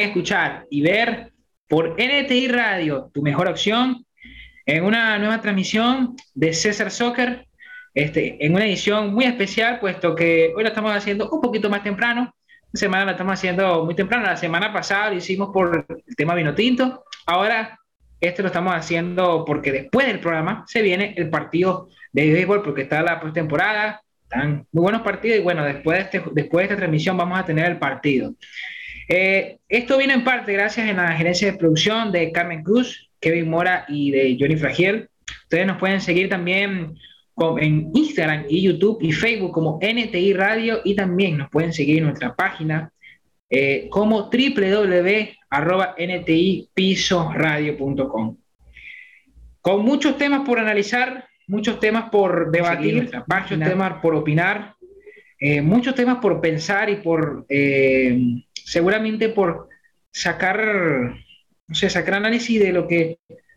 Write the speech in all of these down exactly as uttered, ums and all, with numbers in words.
escuchar y ver por N T I Radio, tu mejor opción, en una nueva transmisión de César Soccer, este, en una edición muy especial, puesto que hoy lo estamos haciendo un poquito más temprano. Esta semana lo estamos haciendo muy temprano. La semana pasada lo hicimos por el tema vino tinto. Ahora, este lo estamos haciendo porque después del programa se viene el partido de béisbol, porque está la postemporada. Están muy buenos partidos y bueno, después de, este, después de esta transmisión vamos a tener el partido. Eh, esto viene en parte gracias a la gerencia de producción de Carmen Cruz, Kevin Mora y de Johnny Fragiel. Ustedes nos pueden seguir también con, en Instagram y YouTube y Facebook como N T I Radio, y también nos pueden seguir en nuestra página eh, como doble u doble u doble u arroba n t i piso radio punto com. Con muchos temas por analizar, muchos temas por debatir, muchos temas por opinar, eh, muchos temas por pensar y por... Eh, seguramente por sacar, no sé, sacar análisis de lo que,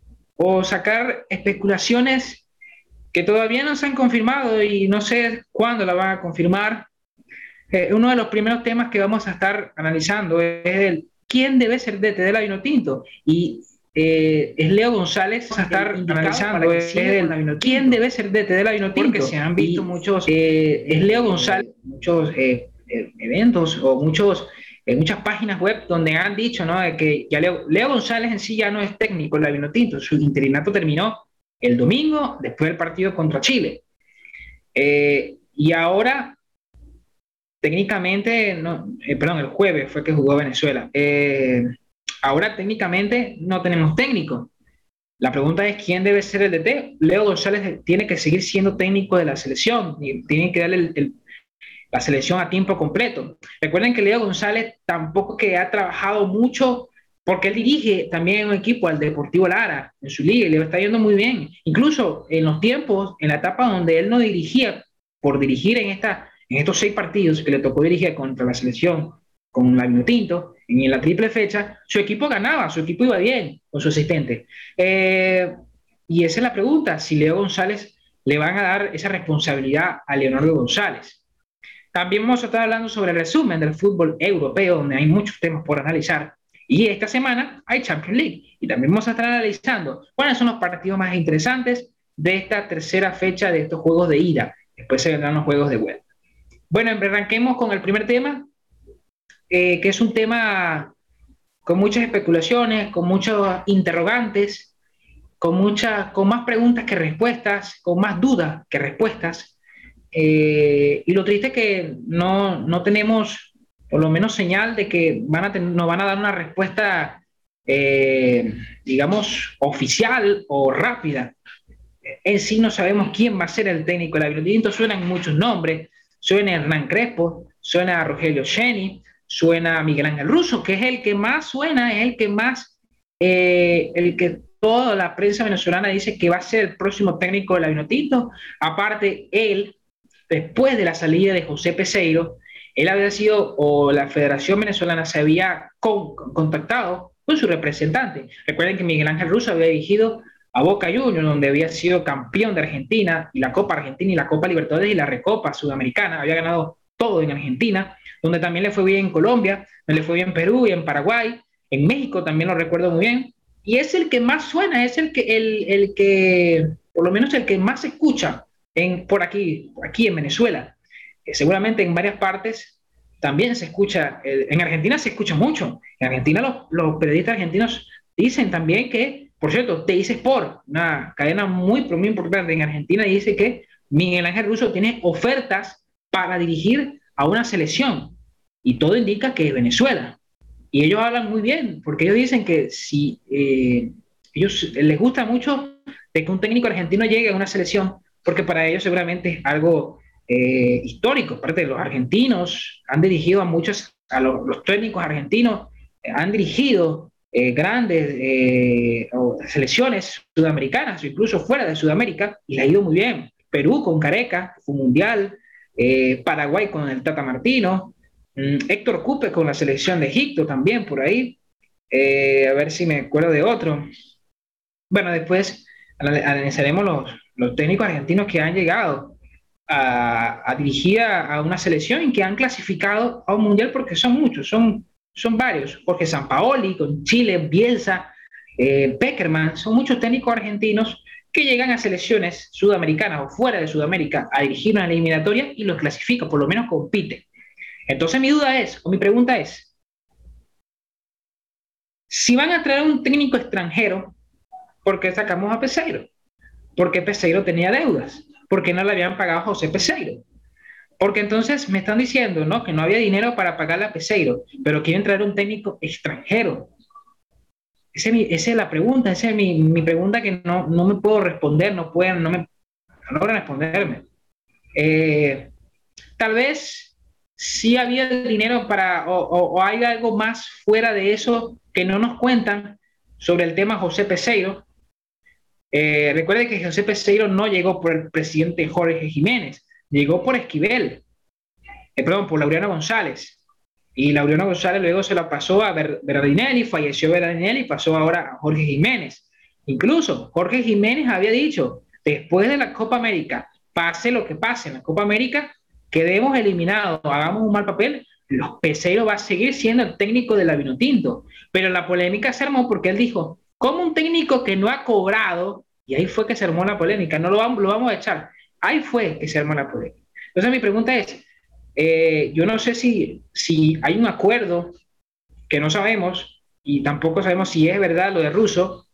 o sacar especulaciones que todavía no se han confirmado y no sé cuándo la van a confirmar. Eh, uno de los primeros temas que vamos a estar analizando es el quién debe ser D T de la Vinotinto, y eh, es Leo González. Vamos a estar analizando es el, quién debe ser D T de la Vinotinto, porque se han visto y, muchos, eh, es Leo González, muchos eh, eh, eventos o muchos en muchas páginas web donde han dicho, ¿no?, de que ya Leo, Leo González en sí ya no es técnico en la Vinotinto. Su interinato terminó el domingo después del partido contra Chile. Eh, y ahora, técnicamente, no, eh, perdón, el jueves fue que jugó Venezuela. Eh, ahora técnicamente no tenemos técnico. La pregunta es quién debe ser el D T. Leo González tiene que seguir siendo técnico de la selección y tiene que darle el, el la selección a tiempo completo. Recuerden que Leo González tampoco que ha trabajado mucho, porque él dirige también un equipo, al Deportivo Lara, en su liga, y le está yendo muy bien. Incluso en los tiempos, en la etapa donde él no dirigía, por dirigir en, esta, en estos seis partidos que le tocó dirigir contra la selección, con la Vinotinto, en la triple fecha, su equipo ganaba, su equipo iba bien con su asistente. Eh, y esa es la pregunta, si Leo González le van a dar esa responsabilidad a Leonardo González. También vamos a estar hablando sobre el resumen del fútbol europeo, donde hay muchos temas por analizar. Y esta semana hay Champions League. Y también vamos a estar analizando cuáles son los partidos más interesantes de esta tercera fecha de estos juegos de ida. Después se vendrán los juegos de vuelta. Bueno, arranquemos con el primer tema, eh, que es un tema con muchas especulaciones, con muchos interrogantes, con, mucha, con más preguntas que respuestas, con más dudas que respuestas. Eh, y lo triste es que no, no tenemos, por lo menos, señal de que van a ten, nos van a dar una respuesta, eh, digamos, oficial o rápida. En sí no sabemos quién va a ser el técnico de la Vinotinto. Suenan muchos nombres, suena Hernán Crespo, suena Rogelio Ceni, suena Miguel Ángel Russo, que es el que más suena, es el que más, eh, el que toda la prensa venezolana dice que va a ser el próximo técnico de la Vinotinto. Aparte, él, después de la salida de José Peseiro, él había sido, o la Federación Venezolana se había con, contactado con su representante. Recuerden que Miguel Ángel Russo había dirigido a Boca Juniors, donde había sido campeón de Argentina, y la Copa Argentina y la Copa Libertadores y la Recopa Sudamericana. Había ganado todo en Argentina, donde también le fue bien en Colombia, donde le fue bien en Perú y en Paraguay. En México también lo recuerdo muy bien. Y es el que más suena, es el que, el, el que por lo menos el que más se escucha En, por aquí, por aquí en Venezuela. Eh, seguramente en varias partes también se escucha, eh, en Argentina se escucha mucho. En Argentina los, los periodistas argentinos dicen también que, por cierto, Teis Sport, una cadena muy, muy importante en Argentina, dice que Miguel Ángel Russo tiene ofertas para dirigir a una selección, y todo indica que es Venezuela. Y ellos hablan muy bien, porque ellos dicen que si eh, ellos les gusta mucho de que un técnico argentino llegue a una selección, porque para ellos seguramente es algo eh, histórico. Aparte, de los argentinos han dirigido a muchos, a los, los técnicos argentinos eh, han dirigido eh, grandes eh, selecciones sudamericanas, o incluso fuera de Sudamérica, y le ha ido muy bien. Perú con Careca, fue mundial, eh, Paraguay con el Tata Martino, mm, Héctor Cupe con la selección de Egipto también por ahí, eh, a ver si me acuerdo de otro. Bueno, después analizaremos los los técnicos argentinos que han llegado a, a dirigir a, a una selección y que han clasificado a un mundial, porque son muchos, son son varios. Jorge Sampaoli con Chile, Bielsa, eh, Peckerman, son muchos técnicos argentinos que llegan a selecciones sudamericanas o fuera de Sudamérica a dirigir una eliminatoria y los clasifican, por lo menos compiten. Entonces mi duda es, o mi pregunta es, si van a traer un técnico extranjero, ¿por qué sacamos a Peseiro? Porque Peseiro tenía deudas, porque no le habían pagado a José Peseiro. Porque entonces me están diciendo, ¿no?, que no había dinero para pagarle a Peseiro, pero quieren traer un técnico extranjero. Esa es, mi, esa es la pregunta, esa es mi, mi pregunta que no, no me puedo responder, no pueden, no me no logran responderme. Eh, Tal vez sí había dinero para, o, o, o hay algo más fuera de eso que no nos cuentan sobre el tema José Peseiro. Eh, recuerde que José Peseiro no llegó por el presidente Jorge Jiménez, llegó por Esquivel, eh, perdón, por Laureano González. Y Laureano González luego se la pasó a Ber Berardinelli, falleció Berardinelli y pasó ahora a Jorge Jiménez. Incluso Jorge Jiménez había dicho, después de la Copa América, pase lo que pase en la Copa América, quedemos eliminados, hagamos un mal papel, los Peseiro va a seguir siendo el técnico de la Vinotinto. Pero la polémica se armó porque él dijo, ¿cómo un técnico que no ha cobrado? Y ahí fue que se armó la polémica, no lo vamos, lo vamos a echar. Ahí fue que se armó la polémica. Entonces mi pregunta es, eh, yo no sé si, si hay un acuerdo que no sabemos, y tampoco sabemos si es verdad lo de Russo,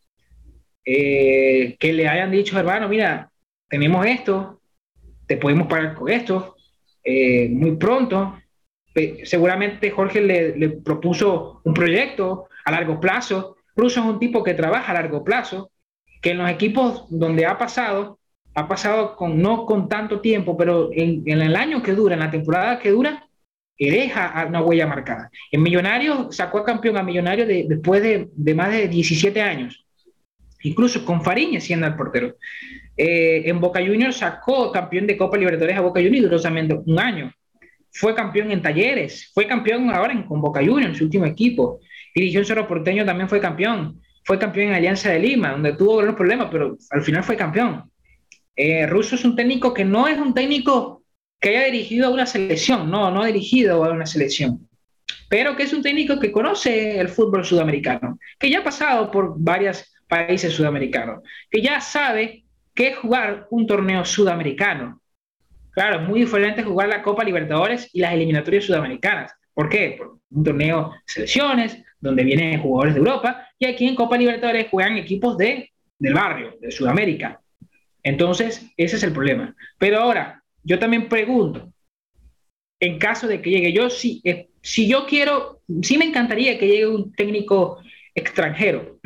eh, que le hayan dicho, hermano, mira, tenemos esto, te podemos pagar con esto, eh, muy pronto. Seguramente Jorge le, le propuso un proyecto a largo plazo. Russo es un tipo que trabaja a largo plazo, que en los equipos donde ha pasado, ha pasado con, no con tanto tiempo, pero en, en el año que dura, en la temporada que dura, que deja una huella marcada. En Millonarios sacó a campeón a Millonarios de, después de, de más de diecisiete años, incluso con Fariñez siendo el portero. Eh, en Boca Juniors sacó campeón de Copa Libertadores a Boca Juniors duró solamente un año. Fue campeón en Talleres, fue campeón ahora en, con Boca Juniors, en su último equipo. Dirigió en Cerro Porteño, también fue campeón. Fue campeón en Alianza de Lima, donde tuvo algunos problemas, pero al final fue campeón. Eh, Russo es un técnico que no es un técnico que haya dirigido a una selección, no, no ha dirigido a una selección, pero que es un técnico que conoce el fútbol sudamericano, que ya ha pasado por varios países sudamericanos, que ya sabe qué es jugar un torneo sudamericano. Claro, es muy diferente jugar la Copa Libertadores y las eliminatorias sudamericanas. ¿Por qué? Por un torneo de selecciones, donde vienen jugadores de Europa, y aquí en Copa Libertadores juegan equipos de, del barrio, de Sudamérica. Entonces, ese es el problema. Pero ahora, yo también pregunto, en caso de que llegue, yo sí, si, eh, si yo quiero, sí me encantaría que llegue un técnico extranjero.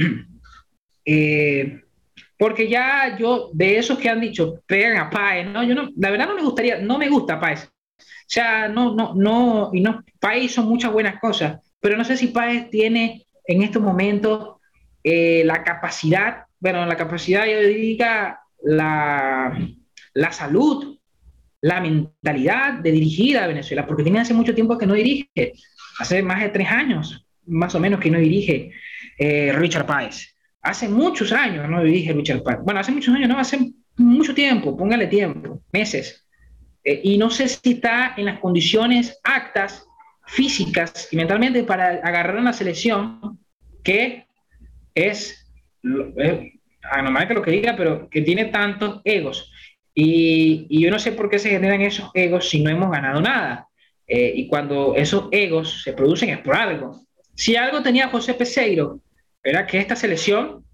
Eh, porque ya yo, de esos que han dicho, traigan a Páez, ¿no? Yo no, la verdad no me gustaría, no me gusta Páez. O sea, no, no, no, y no, Páez hizo muchas buenas cosas, pero no sé si Páez tiene en estos momentos eh, la capacidad, bueno, la capacidad, yo diría, la, la salud, la mentalidad de dirigir a Venezuela, porque tiene hace mucho tiempo que no dirige, hace más de tres años, más o menos, que no dirige eh, Richard Páez. Hace muchos años no dirige Richard Páez. Bueno, hace muchos años, no, hace mucho tiempo, póngale tiempo, meses. Eh, y no sé si está en las condiciones aptas, físicas y mentalmente para agarrar una selección que es, es anormal que lo que diga, pero que tiene tantos egos. Y, y yo no sé por qué se generan esos egos si no hemos ganado nada. Eh, y cuando esos egos se producen es por algo. Si algo tenía José Peseiro, era que esta selección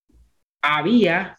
había,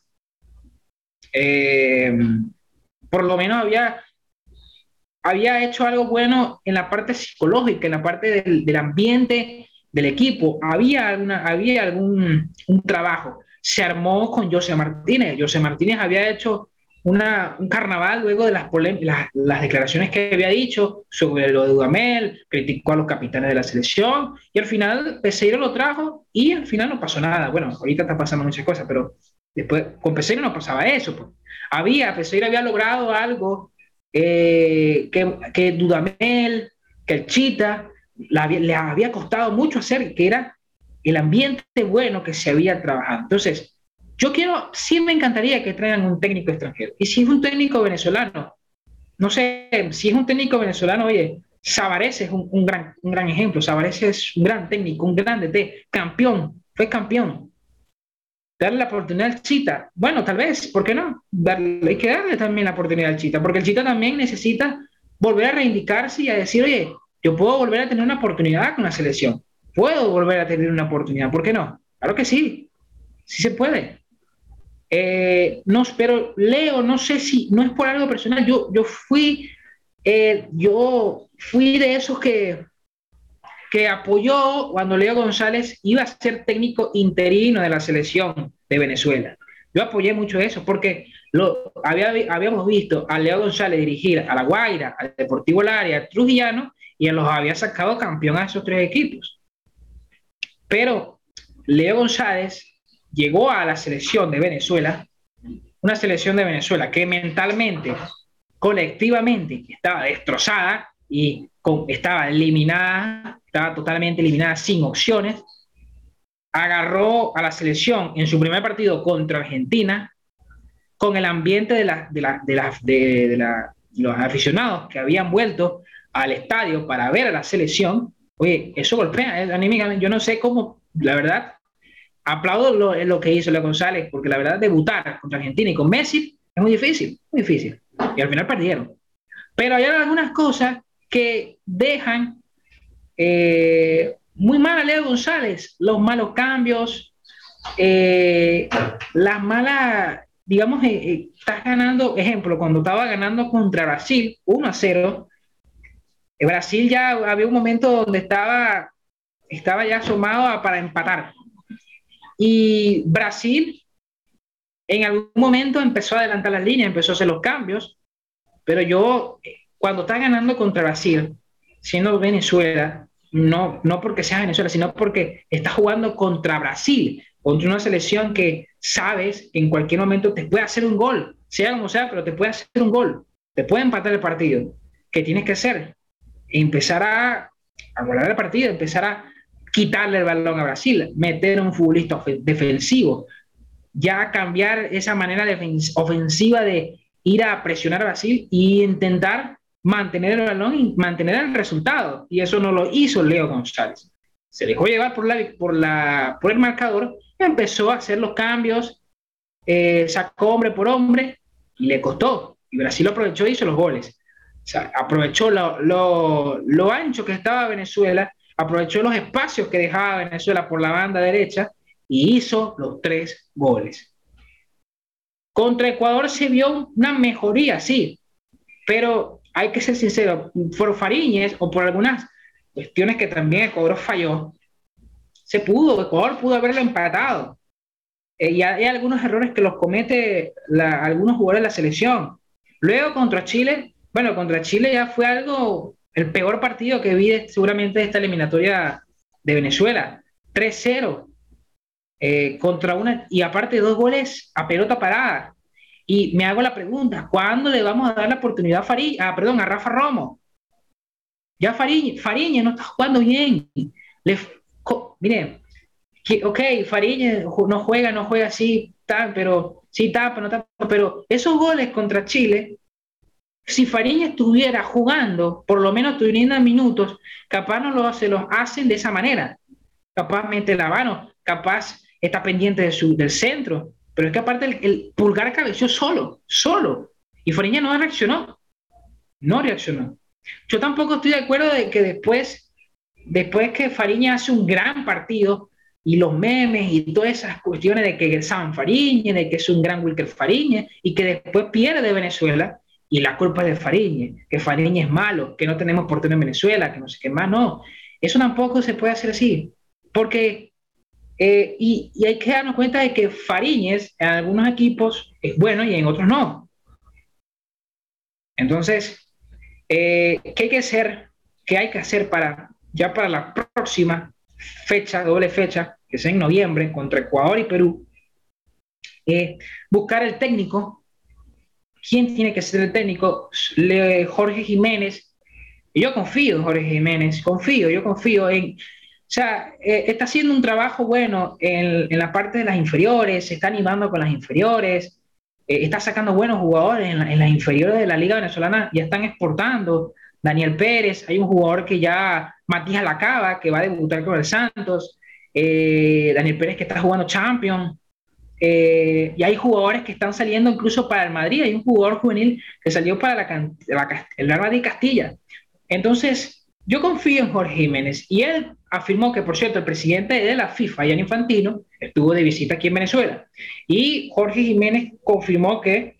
eh, por lo menos había, había hecho algo bueno en la parte psicológica, en la parte del, del ambiente del equipo. Había, alguna, había algún un trabajo. Se armó con José Martínez. José Martínez había hecho una, un carnaval luego de las, las, las declaraciones que había dicho sobre lo de Dudamel, criticó a los capitanes de la selección y al final Peseiro lo trajo y al final no pasó nada. Bueno, ahorita está pasando muchas cosas, pero después con Peseiro no pasaba eso. Pues. Había, Peseiro había logrado algo eh, que, que Dudamel, que el Chita, la, le había costado mucho hacer, que era el ambiente bueno que se había trabajado. Entonces, yo quiero, sí me encantaría que traigan un técnico extranjero. Y si es un técnico venezolano, no sé, si es un técnico venezolano, oye, Sabarese es un, un, gran, un gran ejemplo. Sabarese es un gran técnico, un gran D T, campeón, fue campeón. Darle la oportunidad al Chita. Bueno, tal vez, ¿por qué no? Darle, hay que darle también la oportunidad al Chita, porque el Chita también necesita volver a reivindicarse y a decir, oye, yo puedo volver a tener una oportunidad con la selección. Puedo volver a tener una oportunidad, ¿por qué no? Claro que sí, sí se puede. Eh, no, pero Leo, no sé si, no es por algo personal, yo, yo fui, eh, yo fui de esos que, que apoyó cuando Leo González iba a ser técnico interino de la selección de Venezuela. Yo apoyé mucho eso porque lo, había, habíamos visto a Leo González dirigir a La Guaira, al Deportivo Lara, al Trujillano, y él los había sacado campeón a esos tres equipos. Pero Leo González llegó a la selección de Venezuela, una selección de Venezuela que mentalmente, colectivamente, estaba destrozada y con, estaba eliminada, estaba totalmente eliminada sin opciones. Agarró a la selección en su primer partido contra Argentina con el ambiente de, la, de, la, de, la, de, de la, los aficionados que habían vuelto al estadio para ver a la selección. Oye, eso golpea, eh, anímicamente. Yo no sé cómo, la verdad, aplaudo lo, lo que hizo Leo González, porque la verdad, debutar contra Argentina y con Messi es muy difícil, muy difícil. Y al final perdieron. Pero hay algunas cosas que dejan eh, muy mal a Leo González, los malos cambios, eh, las malas, digamos, eh, eh, estás ganando, ejemplo, cuando estaba ganando contra Brasil uno a cero, eh, Brasil ya había un momento donde estaba, estaba ya asomado a, para empatar. Y Brasil en algún momento empezó a adelantar las líneas, empezó a hacer los cambios, pero yo, cuando está ganando contra Brasil, siendo Venezuela, no, no porque sea Venezuela, sino porque está jugando contra Brasil, contra una selección que sabes que en cualquier momento te puede hacer un gol, sea como sea, pero te puede hacer un gol, te puede empatar el partido. ¿Qué tienes que hacer? Empezar a, a volar el partido, empezar a quitarle el balón a Brasil, meter a un futbolista defensivo, ya cambiar esa manera ofensiva de ir a presionar a Brasil y intentar mantener el balón y mantener el resultado. Y eso no lo hizo Leo González. Se dejó llevar por, la, por, la, por el marcador, empezó a hacer los cambios, eh, sacó hombre por hombre y le costó. Y Brasil lo aprovechó y hizo los goles. O sea, aprovechó lo, lo, lo ancho que estaba Venezuela, aprovechó los espacios que dejaba Venezuela por la banda derecha y hizo los tres goles. Contra Ecuador se vio una mejoría, sí, pero hay que ser sincero, por Fariñez o por algunas cuestiones que también Ecuador falló, se pudo, Ecuador pudo haberlo empatado. Eh, y hay algunos errores que los comete la, algunos jugadores de la selección. Luego contra Chile, bueno, contra Chile ya fue algo, el peor partido que vi de, seguramente de esta eliminatoria de Venezuela, tres cero. Eh, contra una, y aparte dos goles a pelota parada. Y me hago la pregunta, ¿cuándo le vamos a dar la oportunidad a Fariñez, ah, perdón, a Rafa Romo? Ya Fariñez, Fariñez no está jugando bien. Le, co, miren, que, ok, Fariñez no juega, no juega así, tal, pero sí tapa, no tapa, pero esos goles contra Chile, si Fariñez estuviera jugando, por lo menos teniendo minutos, capaz no lo hace, los hacen de esa manera. Capaz mete la mano, capaz está pendiente de su, del centro, pero es que aparte el, el pulgar cabeció solo, solo, y Fariñez no reaccionó, no reaccionó. Yo tampoco estoy de acuerdo de que después, después que Fariñez hace un gran partido, y los memes y todas esas cuestiones de que San Fariñez, de que es un gran Wilker Fariñez, y que después pierde Venezuela, y la culpa es de Fariñez, que Fariñez es malo, que no tenemos portero en Venezuela, que no sé qué más, no. Eso tampoco se puede hacer así, porque Eh, y, y hay que darnos cuenta de que Fariñez en algunos equipos es bueno y en otros no. Entonces, eh, ¿qué hay que hacer? ¿Qué hay que hacer para ya para la próxima fecha, doble fecha, que es en noviembre, contra Ecuador y Perú? Eh, buscar el técnico. ¿Quién tiene que ser el técnico? Le, Jorge Jiménez. Y yo confío en Jorge Jiménez, confío, yo confío en... O sea, eh, está haciendo un trabajo bueno en, en la parte de las inferiores, se está animando con las inferiores, eh, está sacando buenos jugadores en, la, en las inferiores de la Liga Venezolana, ya están exportando Daniel Pérez, hay un jugador que ya, Matías Lacaba, que va a debutar con el Santos, eh, Daniel Pérez que está jugando Champions, eh, y hay jugadores que están saliendo incluso para el Madrid, hay un jugador juvenil que salió para la, la, el Real Madrid Castilla. Entonces, yo confío en Jorge Jiménez y él afirmó que, por cierto, el presidente de la FIFA, Gianni Infantino, estuvo de visita aquí en Venezuela y Jorge Jiménez confirmó que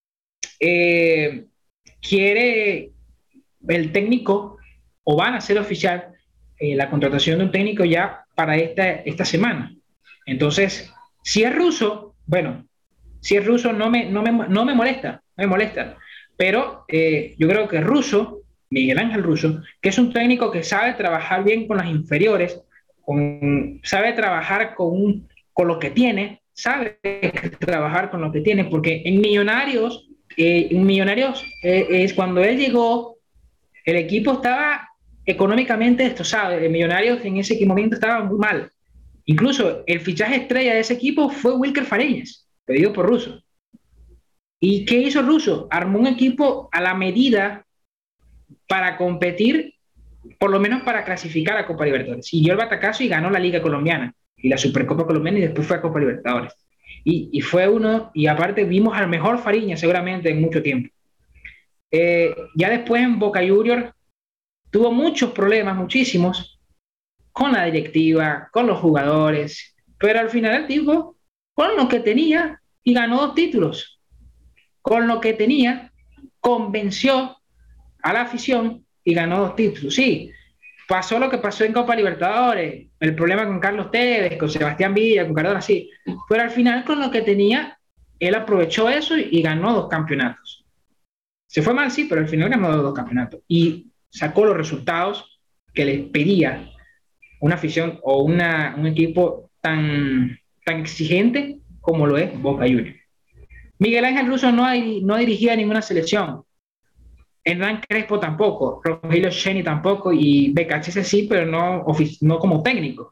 eh, quiere el técnico o van a hacer oficial eh, la contratación de un técnico ya para esta, esta semana. Entonces, si es ruso, bueno, si es ruso no me, no me, no me molesta, no me molesta, pero eh, yo creo que Russo, Miguel Ángel Russo, que es un técnico que sabe trabajar bien con las inferiores, con, sabe trabajar con, con lo que tiene, sabe trabajar con lo que tiene, porque en Millonarios, eh, en Millonarios eh, es cuando él llegó, el equipo estaba económicamente destrozado, el Millonarios en ese momento estaba muy mal. Incluso el fichaje estrella de ese equipo fue Wilker Fariñas, pedido por Russo. ¿Y qué hizo Russo? Armó un equipo a la medida para competir, por lo menos para clasificar a Copa Libertadores. Siguió el batacazo y ganó la Liga Colombiana y la Supercopa Colombiana y después fue a Copa Libertadores. Y, y fue uno, y aparte vimos al mejor Fariñas seguramente en mucho tiempo. Eh, ya después en Boca Juniors tuvo muchos problemas, muchísimos, con la directiva, con los jugadores, pero al final el tipo, con lo que tenía, y ganó dos títulos. Con lo que tenía, convenció a la afición y ganó dos títulos. Sí, pasó lo que pasó en Copa Libertadores, el problema con Carlos Tevez, con Sebastián Villa, con Cardona, sí, pero al final con lo que tenía, él aprovechó eso y, y ganó dos campeonatos. Se fue mal, sí, pero al final ganó dos campeonatos y sacó los resultados que les pedía una afición o una, un equipo tan, tan exigente como lo es Boca Juniors. Miguel Ángel Russo no ha, no ha dirigido a ninguna selección. Hernán Crespo tampoco, Rogelio Ceni tampoco y Becachese sí, pero no, no como técnico.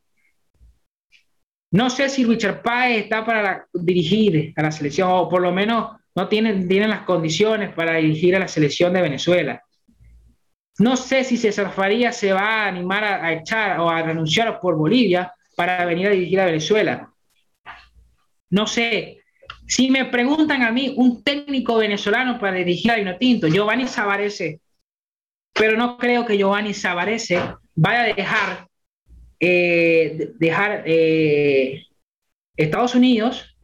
No sé si Richard Páez está para la, dirigir a la selección o por lo menos no tienen, tienen las condiciones para dirigir a la selección de Venezuela. No sé si César Farías se va a animar a, a echar o a renunciar por Bolivia para venir a dirigir a Venezuela. No sé. Si me preguntan a mí un técnico venezolano para dirigir a Vinotinto, Giovanni Savarese, pero no creo que Giovanni Savarese vaya a dejar, eh, dejar eh, Estados Unidos,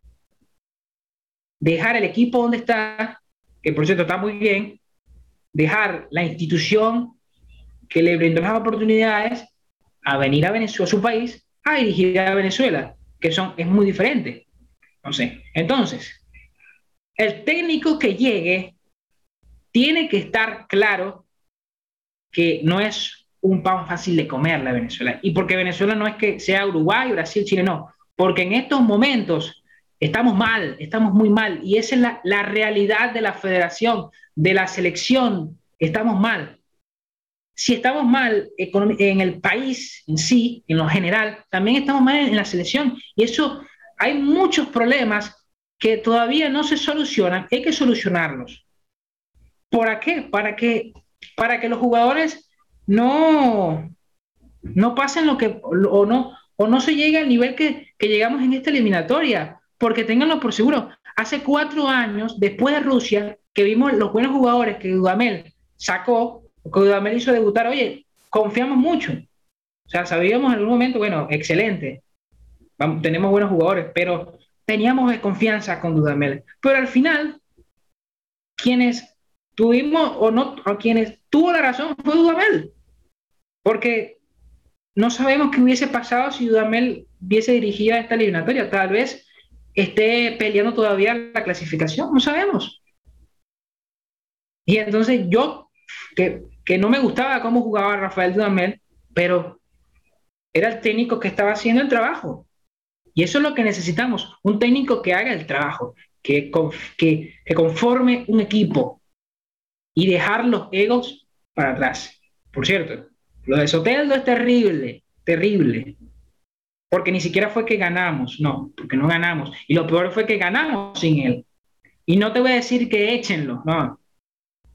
dejar el equipo donde está, que por cierto está muy bien, dejar la institución que le brindó las oportunidades a venir a Venezuela, a su país, a dirigir a Venezuela, que son, es muy diferente. No sé. Entonces, el técnico que llegue tiene que estar claro que no es un pan fácil de comer la Venezuela. Y porque Venezuela no es que sea Uruguay, Brasil, Chile, no. Porque en estos momentos estamos mal, estamos muy mal. Y esa es la, la realidad de la federación, de la selección. Estamos mal. Si estamos mal en el país en sí, en lo general, también estamos mal en la selección. Y eso, hay muchos problemas que todavía no se solucionan, hay que solucionarlos. ¿Para qué? Para que, para que los jugadores no, no pasen lo que, o no, o no se llegue al nivel que, que llegamos en esta eliminatoria, porque ténganlo por seguro. Hace cuatro años, después de Rusia, que vimos los buenos jugadores que Dudamel sacó, que Dudamel hizo debutar, oye, confiamos mucho. O sea, sabíamos en algún momento, bueno, excelente, vamos, tenemos buenos jugadores, pero teníamos confianza con Dudamel. Pero al final, quienes tuvimos o no, o quienes tuvo la razón fue Dudamel, porque no sabemos qué hubiese pasado si Dudamel hubiese dirigido esta eliminatoria. Tal vez esté peleando todavía la clasificación, no sabemos. Y entonces yo, que, que no me gustaba cómo jugaba Rafael Dudamel, pero era el técnico que estaba haciendo el trabajo. Y eso es lo que necesitamos, un técnico que haga el trabajo, que, que, que conforme un equipo y dejar los egos para atrás. Por cierto, lo de Soteldo es terrible, terrible, porque ni siquiera fue que ganamos, no, porque no ganamos. Y lo peor fue que ganamos sin él. Y no te voy a decir que échenlo, no,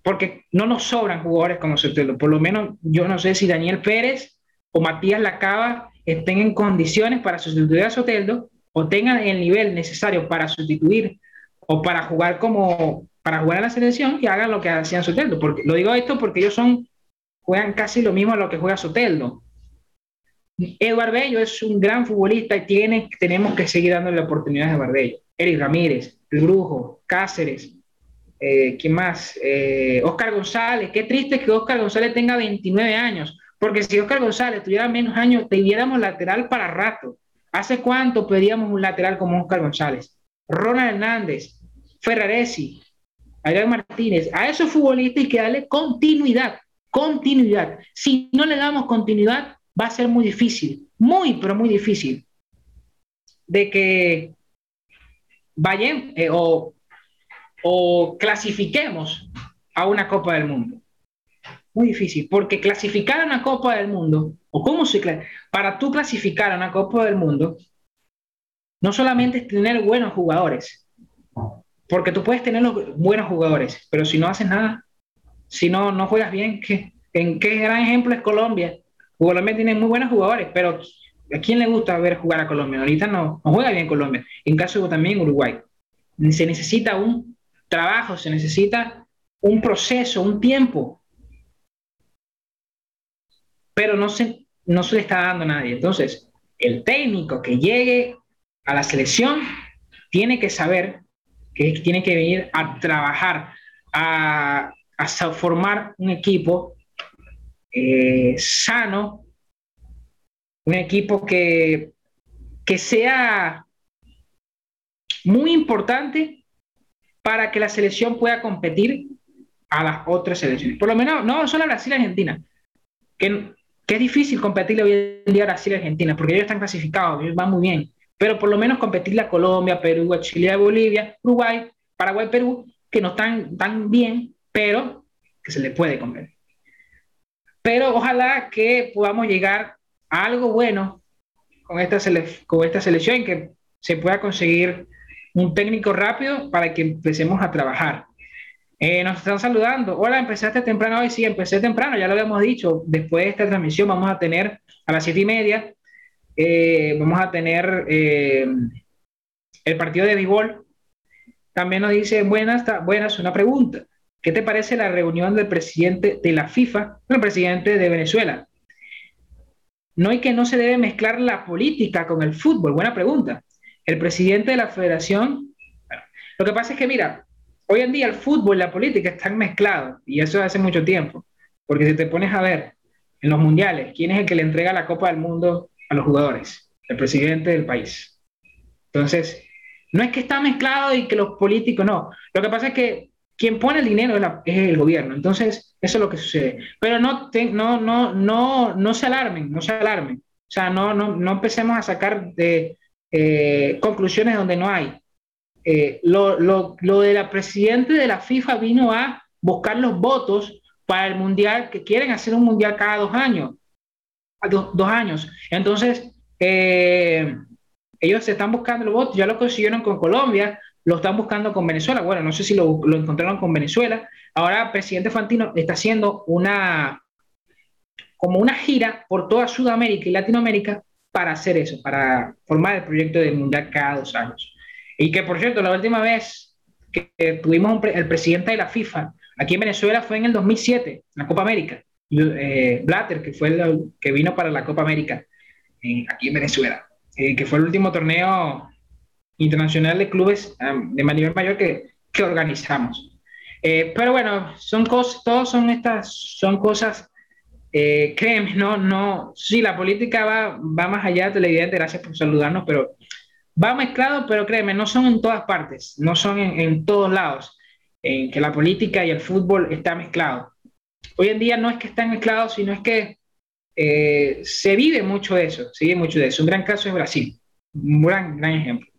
porque no nos sobran jugadores como Soteldo. Por lo menos yo no sé si Daniel Pérez o Matías Lacaba estén en condiciones para sustituir a Soteldo o tengan el nivel necesario para sustituir o para jugar como para jugar a la selección y hagan lo que hacían Soteldo. Porque, lo digo esto porque ellos son, juegan casi lo mismo a lo que juega Soteldo. Eduard Bello es un gran futbolista y tiene, tenemos que seguir dándole oportunidades a Eduard Bello. Eric Ramírez, El Brujo, Cáceres, eh, ¿quién más? Eh, Oscar González. Qué triste que Oscar González tenga veintinueve años, porque si Oscar González tuviera menos años, tuviéramos lateral para rato. ¿Hace cuánto pedíamos un lateral como Oscar González? Ronald Hernández, Ferraresi, Adrián Martínez. A esos futbolistas hay que darle continuidad, continuidad. Si no le damos continuidad, va a ser muy difícil, muy, pero muy difícil, de que vayan eh, o, o clasifiquemos a una Copa del Mundo. Muy difícil, porque clasificar a una Copa del Mundo, o cómo se para tú clasificar a una Copa del Mundo, no solamente es tener buenos jugadores, porque tú puedes tener los buenos jugadores, pero si no haces nada, si no, no juegas bien, ¿qué? ¿En qué gran ejemplo es Colombia? Colombia tiene muy buenos jugadores, pero ¿a quién le gusta ver jugar a Colombia? Ahorita no, no juega bien Colombia. En caso también Uruguay. Se necesita un trabajo, se necesita un proceso, un tiempo, pero no se, no se le está dando a nadie. Entonces, el técnico que llegue a la selección tiene que saber que tiene que venir a trabajar, a, a formar un equipo eh, sano, un equipo que, que sea muy importante para que la selección pueda competir a las otras selecciones. Por lo menos, no solo Brasil y Argentina, que, que es difícil competirle hoy en día a Brasil y Argentina, porque ellos están clasificados, ellos van muy bien, pero por lo menos competirle a Colombia, Perú, a Chile, a Bolivia, Uruguay, Paraguay, Perú, que no están tan bien, pero que se les puede competir. Pero ojalá que podamos llegar a algo bueno con esta, sele con esta selección, que se pueda conseguir un técnico rápido para que empecemos a trabajar. Eh, nos están saludando. Hola, ¿empezaste temprano hoy? Sí, empecé temprano, ya lo habíamos dicho. Después de esta transmisión vamos a tener a las siete y media, eh, vamos a tener eh, el partido de béisbol. También nos dice, buenas, buenas, una pregunta. ¿Qué te parece la reunión del presidente de la FIFA con el presidente de Venezuela? No hay que no se debe mezclar la política con el fútbol. Buena pregunta. El presidente de la federación, bueno, lo que pasa es que, mira, hoy en día el fútbol y la política están mezclados, y eso hace mucho tiempo, porque si te pones a ver en los mundiales, ¿quién es el que le entrega la Copa del Mundo a los jugadores? El presidente del país. Entonces, no es que está mezclado y que los políticos no. Lo que pasa es que quien pone el dinero es, la, es el gobierno. Entonces, eso es lo que sucede. Pero no, te, no, no, no, no se alarmen, no se alarmen. O sea, no, no, no empecemos a sacar de, eh, conclusiones donde no hay. Eh, lo, lo, lo de la presidente de la FIFA vino a buscar los votos para el mundial, que quieren hacer un mundial cada dos años. Do, dos años. Entonces, eh, ellos se están buscando los votos, ya lo consiguieron con Colombia, lo están buscando con Venezuela. Bueno, no sé si lo, lo encontraron con Venezuela. Ahora el presidente Fantino está haciendo una, como una gira por toda Sudamérica y Latinoamérica para hacer eso, para formar el proyecto del mundial cada dos años. Y que, por cierto, la última vez que, que tuvimos un pre, el presidente de la FIFA aquí en Venezuela fue en el dos mil siete, en la Copa América. Eh, Blatter, que fue el que vino para la Copa América eh, aquí en Venezuela, eh, que fue el último torneo internacional de clubes um, de nivel mayor que, que organizamos. Eh, pero bueno, son cosas, todos son estas, son cosas, eh, créeme, no, no, sí, la política va, va más allá, televidente, gracias por saludarnos, pero va mezclado, pero créeme, no son en todas partes, no son en, en todos lados, en que la política y el fútbol está mezclado. Hoy en día no es que están mezclados, sino es que eh, se vive mucho de eso, se vive mucho de eso. Un gran caso es Brasil, un gran, gran ejemplo.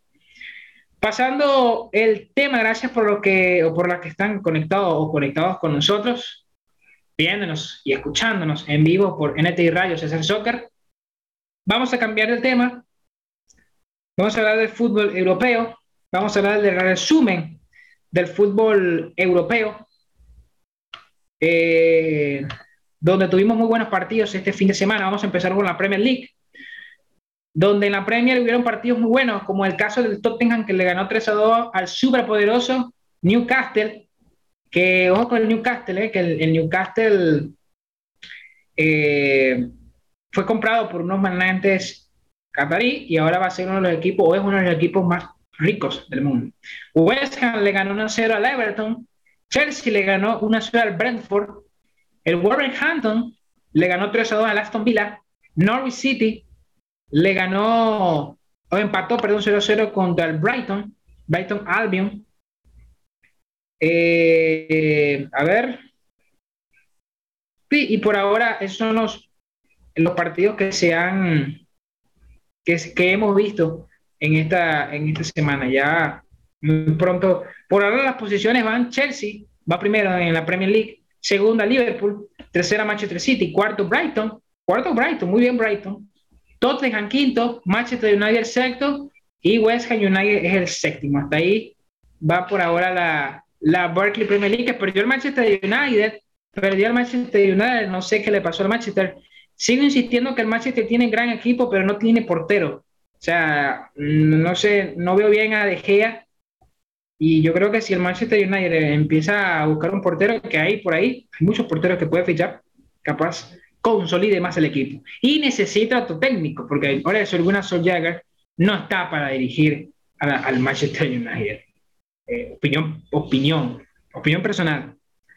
Pasando el tema, gracias por lo que, o por las que están conectados o conectados con nosotros, viéndonos y escuchándonos en vivo por N T I Radio César Soccer. Vamos a cambiar el tema. Vamos a hablar del fútbol europeo. Vamos a hablar del resumen del fútbol europeo. eh, donde tuvimos muy buenos partidos este fin de semana. Vamos a empezar con la Premier League, donde en la Premier hubieron partidos muy buenos, como el caso del Tottenham, que le ganó tres a dos al superpoderoso Newcastle, que ojo con el Newcastle, eh, que el, el Newcastle eh, fue comprado por unos magnates catarí y ahora va a ser uno de los equipos, o es uno de los equipos más ricos del mundo. West Ham le ganó uno a cero al Everton, Chelsea le ganó uno a cero al Brentford, el Wolverhampton le ganó tres a dos al Aston Villa, Norwich City le ganó, o empató, perdón, cero a cero contra el Brighton, Brighton Albion. Eh, a ver, sí, y por ahora esos son los, los partidos que se han, que, que hemos visto en esta, en esta semana. Ya muy pronto, por ahora las posiciones van: Chelsea va primero en la Premier League, segunda Liverpool, tercera Manchester City, cuarto Brighton, cuarto Brighton, muy bien Brighton, Tottenham quinto, Manchester United sexto y West Ham United es el séptimo. Hasta ahí va por ahora la, la Barclays Premier League, que perdió el Manchester United, perdió el Manchester United, no sé qué le pasó al Manchester. Sigo insistiendo que el Manchester tiene gran equipo, pero no tiene portero. O sea, no sé, no veo bien a De Gea. Y yo creo que si el Manchester United empieza a buscar un portero, que hay por ahí, hay muchos porteros que puede fichar, capaz consolide más el equipo. Y necesita otro técnico, porque ahora eso alguna Solskjaer no está para dirigir a la, al Manchester United. Eh, opinión, opinión, opinión personal.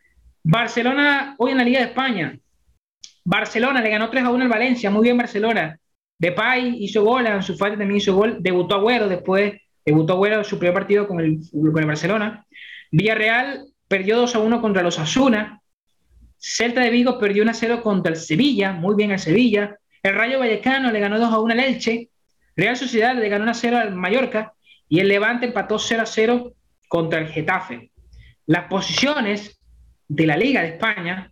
Barcelona hoy en la Liga de España. Barcelona le ganó tres a uno al Valencia, muy bien Barcelona. Depay hizo gol, Ansu Fati también hizo gol, debutó Agüero, después debutó Agüero su primer partido con el, con el Barcelona. Villarreal perdió dos a uno contra los Asuna. Celta de Vigo perdió uno a cero contra el Sevilla, muy bien el Sevilla. El Rayo Vallecano le ganó dos a uno al Elche. Real Sociedad le ganó uno a cero al Mallorca y el Levante empató cero a cero contra el Getafe. Las posiciones de la Liga de España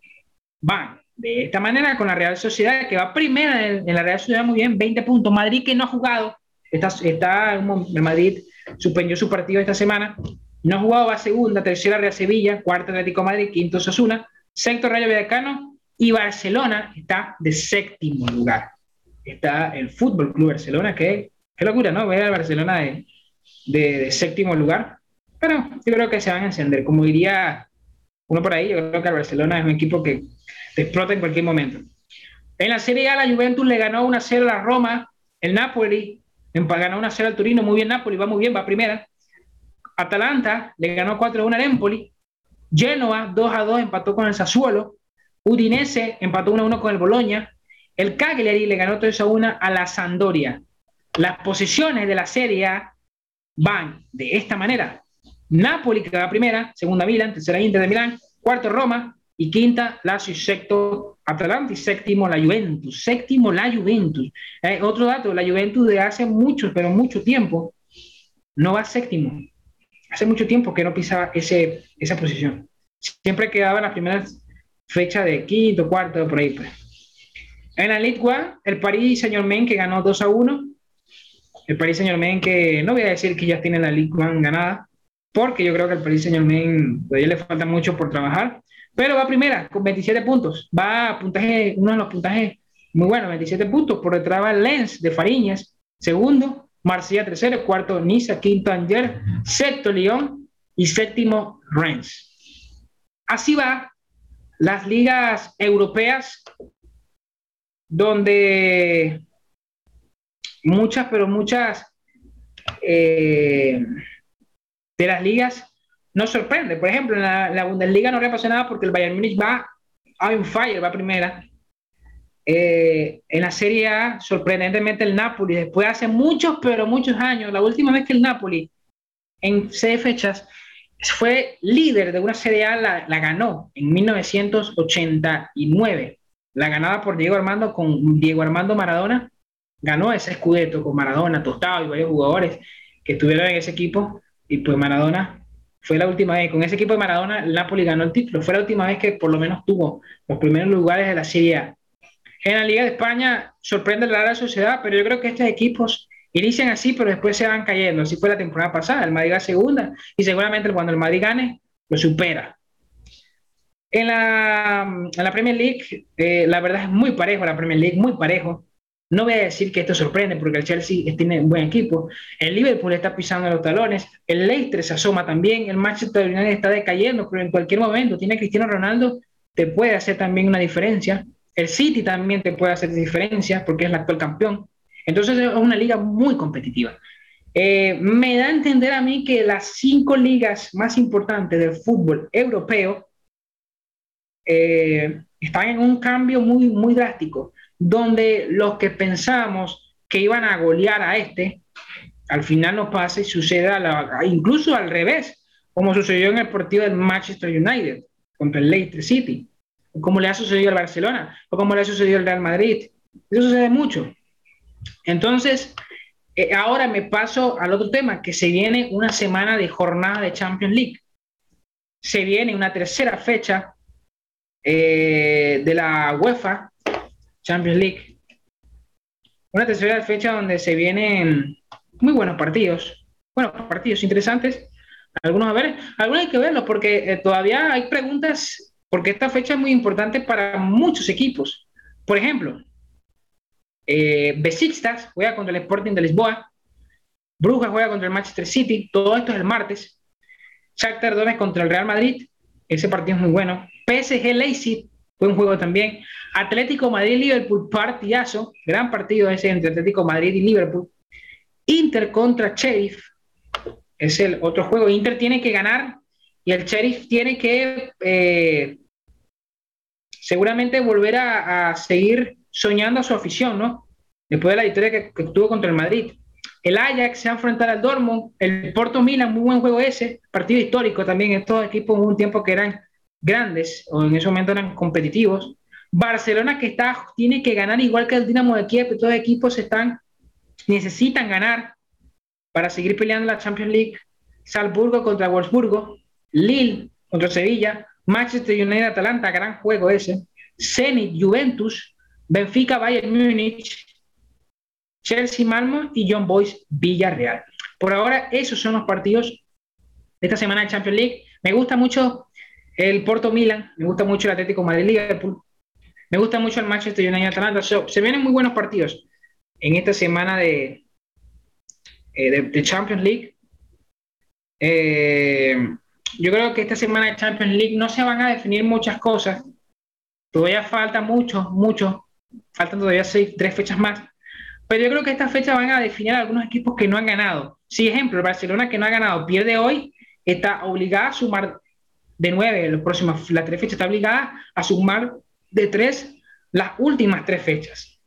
van de esta manera, con la Real Sociedad, que va primera en, en la Real Sociedad, muy bien, veinte puntos. Madrid, que no ha jugado, está, está el Madrid suspendió su partido esta semana, no ha jugado, va segunda, tercera Real Sevilla, cuarta Atlético Madrid, quinto Osasuna, sexto Rayo Vallecano, y Barcelona está de séptimo lugar. Está el Fútbol Club Barcelona, que qué locura, ¿no? Ver al Barcelona de, de, de séptimo lugar, pero yo creo que se van a encender, como diría uno por ahí. Yo creo que el Barcelona es un equipo que te explota en cualquier momento. En la Serie A, la Juventus le ganó uno a cero a la Roma, el Napoli ganó uno a cero al Torino, muy bien Napoli, va muy bien, va primera. Atalanta le ganó cuatro a uno al Empoli, Genoa dos a dos empató con el Sassuolo, Udinese empató uno a uno con el Bologna, el Cagliari le ganó tres a uno a la Sampdoria. Las posiciones de la Serie A van de esta manera: Napoli, que va primera, segunda Milan, tercera Inter de Milán, cuarto Roma y quinta Lazio, sexto Atalanta y séptimo la Juventus. Séptimo la Juventus. Eh, otro dato, la Juventus de hace mucho, pero mucho tiempo no va séptimo. Hace mucho tiempo que no pisaba ese, esa posición. Siempre quedaba en las primeras fechas de quinto, cuarto, por ahí. Pues. En la Ligue uno, el Paris Saint-Germain, que ganó dos a uno. El Paris Saint-Germain, que no voy a decir que ya tiene la Ligue uno ganada, porque yo creo que al Paris Saint-Germain todavía le falta mucho por trabajar, pero va primera con veintisiete puntos, va a puntaje, uno de los puntajes muy buenos, veintisiete puntos, por detrás va Lens de Fariñas, segundo, Marsella tercero, cuarto Niza, quinto Angers, sexto Lyon y séptimo Rennes. Así va las ligas europeas, donde muchas, pero muchas eh, de las ligas nos sorprende. Por ejemplo, en la, la Bundesliga no repasó nada porque el Bayern Múnich va on fire, va primera. Eh, en la Serie A, sorprendentemente, el Napoli, después de hace muchos, pero muchos años, la última vez que el Napoli, en seis fechas, fue líder de una Serie A, la, la ganó en mil novecientos ochenta y nueve. La ganaba por Diego Armando, con Diego Armando Maradona, ganó ese Scudetto con Maradona, Tostado y varios jugadores que estuvieron en ese equipo. Y pues Maradona fue la última vez, con ese equipo de Maradona, el Napoli ganó el título. Fue la última vez que por lo menos tuvo los primeros lugares de la Serie A. En la Liga de España sorprende la Real Sociedad, pero yo creo que estos equipos inician así, pero después se van cayendo. Así fue la temporada pasada. El Madrid va segunda y seguramente cuando el Madrid gane, lo supera. En la, en la Premier League, eh, la verdad es muy parejo, la Premier League, muy parejo. No voy a decir que esto sorprende porque el Chelsea tiene un buen equipo. El Liverpool está pisando los talones. El Leicester se asoma también. El Manchester United está decayendo, pero en cualquier momento tiene Cristiano Ronaldo, te puede hacer también una diferencia. El City también te puede hacer diferencia porque es el actual campeón. Entonces es una liga muy competitiva. Eh, me da a entender a mí que las cinco ligas más importantes del fútbol europeo eh, están en un cambio muy, muy drástico, donde los que pensamos que iban a golear a este, al final no pasa y suceda la, incluso al revés, como sucedió en el partido del Manchester United contra el Leicester City, o como le ha sucedido al Barcelona, o como le ha sucedido al Real Madrid. Eso sucede mucho. Entonces, eh, ahora me paso al otro tema, que se viene una semana de jornada de Champions League. Se viene una tercera fecha eh, de la UEFA Champions League. Una tercera fecha donde se vienen muy buenos partidos. Buenos partidos interesantes. Algunos a ver, algunos hay que verlos porque eh, todavía hay preguntas, porque esta fecha es muy importante para muchos equipos. Por ejemplo, eh, Besiktas juega contra el Sporting de Lisboa, Brujas juega contra el Manchester City, todo esto es el martes. Shakhtar Donetsk contra el Real Madrid, ese partido es muy bueno. P S G Leipzig, buen juego también. Atlético Madrid-Liverpool, partidazo, gran partido ese entre Atlético Madrid y Liverpool. Inter contra Sheriff, es el otro juego. Inter tiene que ganar y el Sheriff tiene que eh, seguramente volver a, a seguir soñando a su afición, ¿no? Después de la victoria que, que tuvo contra el Madrid. El Ajax se va a enfrentar al Dortmund, el Porto Milan, muy buen juego ese, partido histórico también. Estos equipos hubo un tiempo que eran grandes, o en ese momento eran competitivos. Barcelona que está, tiene que ganar igual que el Dinamo de Kiev, todos los equipos están, necesitan ganar para seguir peleando la Champions League. Salzburgo contra Wolfsburgo, Lille contra Sevilla, Manchester United Atalanta, gran juego ese. Zenit Juventus, Benfica Bayern Múnich, Chelsea Malmo y Young Boys Villarreal. Por ahora, esos son los partidos de esta semana de Champions League. Me gusta mucho el Porto Milan, me gusta mucho el Atlético Madrid Liverpool, me gusta mucho el Manchester United Atalanta. So, se vienen muy buenos partidos en esta semana de, eh, de, de Champions League. Eh, yo creo que esta semana de Champions League no se van a definir muchas cosas. Todavía falta mucho, mucho. Faltan todavía seis, tres fechas más. Pero yo creo que estas fechas van a definir a algunos equipos que no han ganado. Si, ejemplo, el Barcelona que no ha ganado pierde hoy, está obligada a sumar de nueve, las próximas, las tres fechas, está obligada a sumar de tres las últimas tres fechas.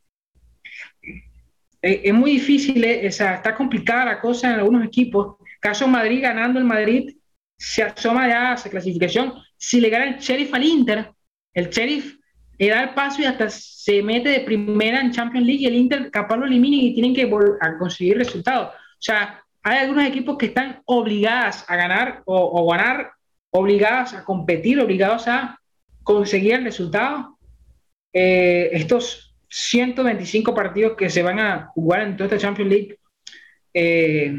Eh, es muy difícil, eh, o sea, está complicada la cosa en algunos equipos. Caso Madrid ganando el Madrid, se asoma ya a esa clasificación. Si le gana el Sheriff al Inter, el Sheriff le da el paso y hasta se mete de primera en Champions League y el Inter capaz lo eliminen y tienen que a conseguir resultados. O sea, hay algunos equipos que están obligados a ganar o, o ganar, obligados a competir, obligados a conseguir el resultado. Eh, estos ciento veinticinco partidos que se van a jugar en toda esta Champions League, eh,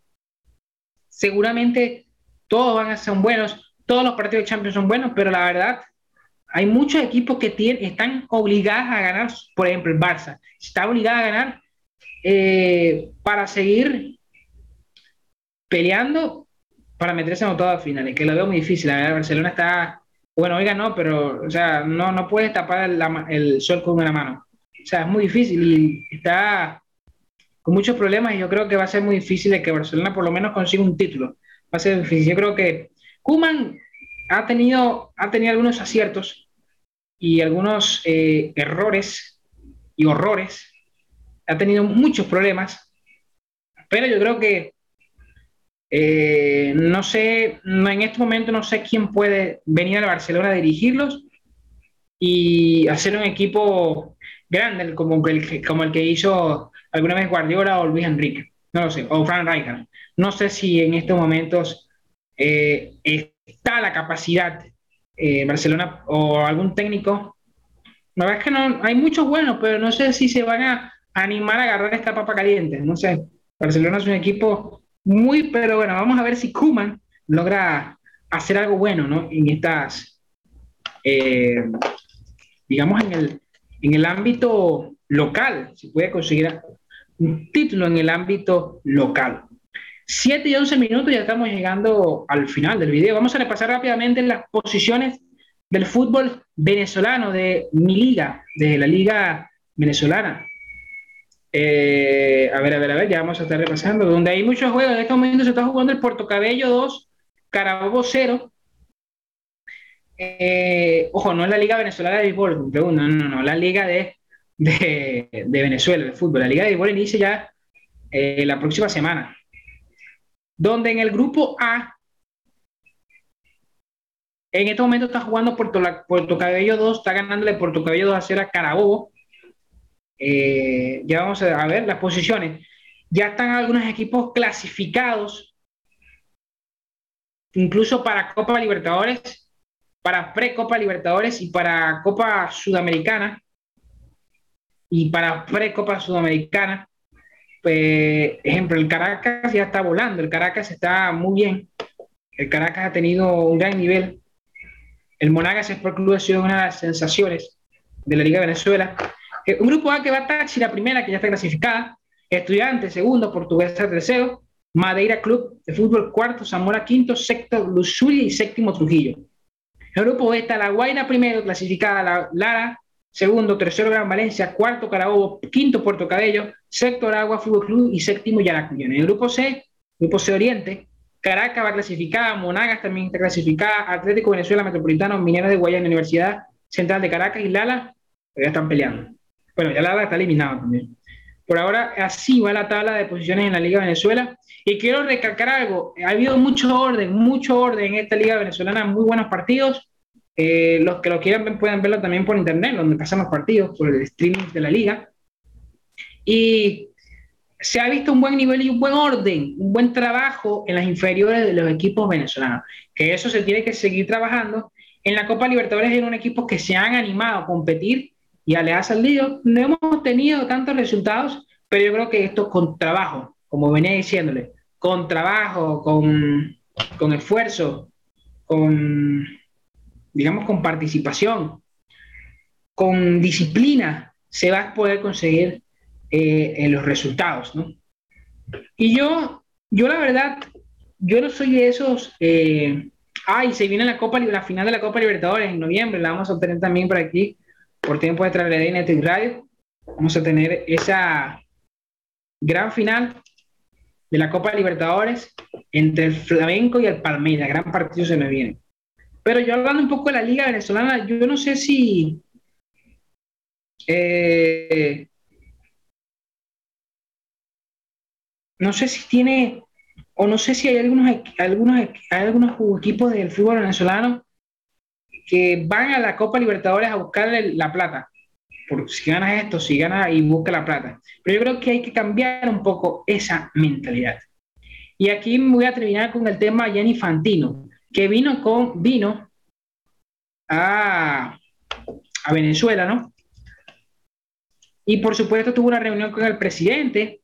seguramente todos van a ser buenos, todos los partidos de Champions son buenos, pero la verdad hay muchos equipos que tienen, están obligados a ganar. Por ejemplo, el Barça está obligado a ganar eh, para seguir peleando para meterse en octavos finales, que lo veo muy difícil. La verdad, Barcelona está, bueno, oiga, no, pero, o sea, no, no puedes tapar el, el sol con una mano. O sea, es muy difícil y está con muchos problemas y yo creo que va a ser muy difícil de que Barcelona por lo menos consiga un título. Va a ser difícil. Yo creo que Koeman ha tenido, ha tenido algunos aciertos y algunos eh, errores y horrores. Ha tenido muchos problemas, pero yo creo que eh, no sé, no, en este momento no sé quién puede venir al Barcelona a dirigirlos y hacer un equipo grande como el, como el que hizo alguna vez Guardiola o Luis Enrique, no lo sé, o Frank Rijkaard. No sé si en estos momentos eh, está la capacidad eh, Barcelona o algún técnico. La verdad es que no, hay muchos buenos, pero no sé si se van a animar a agarrar esta papa caliente. No sé, Barcelona es un equipo muy, pero bueno, vamos a ver si Koeman logra hacer algo bueno, ¿no? En estas, eh, digamos, en el, en el ámbito local, se puede conseguir un título en el ámbito local. siete y once minutos, ya estamos llegando al final del video. Vamos a repasar rápidamente las posiciones del fútbol venezolano, de mi liga, de la liga venezolana. Eh, a ver, a ver, a ver, ya vamos a estar repasando. Donde hay muchos juegos, en este momento se está jugando el Puerto Cabello dos, Carabobo cero. Eh, ojo, no es la Liga Venezolana de Béisbol, no, no, no, la Liga de, de, de Venezuela, de fútbol. La Liga de Béisbol inicia ya eh, la próxima semana. Donde en el grupo A, en este momento está jugando Puerto, Puerto Cabello dos, está ganándole Puerto Cabello dos a cero a Carabobo. Eh, ya vamos a ver las posiciones. Ya están algunos equipos clasificados, incluso para Copa Libertadores, para pre-Copa Libertadores y para Copa Sudamericana. Y para pre-Copa Sudamericana, pues, ejemplo, el Caracas ya está volando, el Caracas está muy bien, el Caracas ha tenido un gran nivel, el Monagas Sport Club ha sido una de las sensaciones de la Liga de Venezuela. Eh, un grupo A que va a Taxi, la primera, que ya está clasificada, Estudiantes, segundo, Portuguesa, tercero, Madeira Club de Fútbol, cuarto, Zamora, quinto, sexto, Luzulia y séptimo, Trujillo. El grupo B está La Guaira, primero, clasificada, la, Lara, segundo, tercero, Gran Valencia, cuarto, Carabobo, quinto, Puerto Cabello, sexto, Aragua Fútbol Club y séptimo, Yaracuyo. En el grupo C, grupo C Oriente, Caracas va clasificada, Monagas también está clasificada, Atlético Venezuela Metropolitano, Mineros de Guayana, Universidad Central de Caracas y Lala, ya están peleando. Bueno, ya Lala está eliminado también. Por ahora, así va la tabla de posiciones en la Liga Venezuela. Y quiero recalcar algo, ha habido mucho orden, mucho orden en esta Liga Venezolana, muy buenos partidos. Eh, los que lo quieran ver, pueden verlo también por internet, donde pasan los partidos, por el streaming de la liga. Y se ha visto un buen nivel y un buen orden, un buen trabajo en las inferiores de los equipos venezolanos, que eso se tiene que seguir trabajando. En la Copa Libertadores hay un equipo que se han animado a competir y le ha salido. No hemos tenido tantos resultados, pero yo creo que esto con trabajo, como venía diciéndole, con trabajo, con, con esfuerzo, con, digamos, con participación, con disciplina, se va a poder conseguir eh, en los resultados, ¿no? Y yo, yo la verdad, yo no soy de esos, eh, ay, se viene la Copa, la final de la Copa Libertadores en noviembre, la vamos a tener también por aquí, por tiempo de Travelera y Netflix Radio, vamos a tener esa gran final de la Copa Libertadores entre el Flamenco y el Palmeiras, gran partido se me viene. Pero yo hablando un poco de la Liga Venezolana, yo no sé si eh, no sé si tiene, o no sé si hay algunos, algunos, hay algunos equipos del fútbol venezolano que van a la Copa Libertadores a buscarle la plata. Por si ganas esto, si ganas y busca la plata. Pero yo creo que hay que cambiar un poco esa mentalidad. Y aquí me voy a terminar con el tema Gianni Infantino, que vino, con, vino a, a Venezuela, ¿no? Y por supuesto tuvo una reunión con el presidente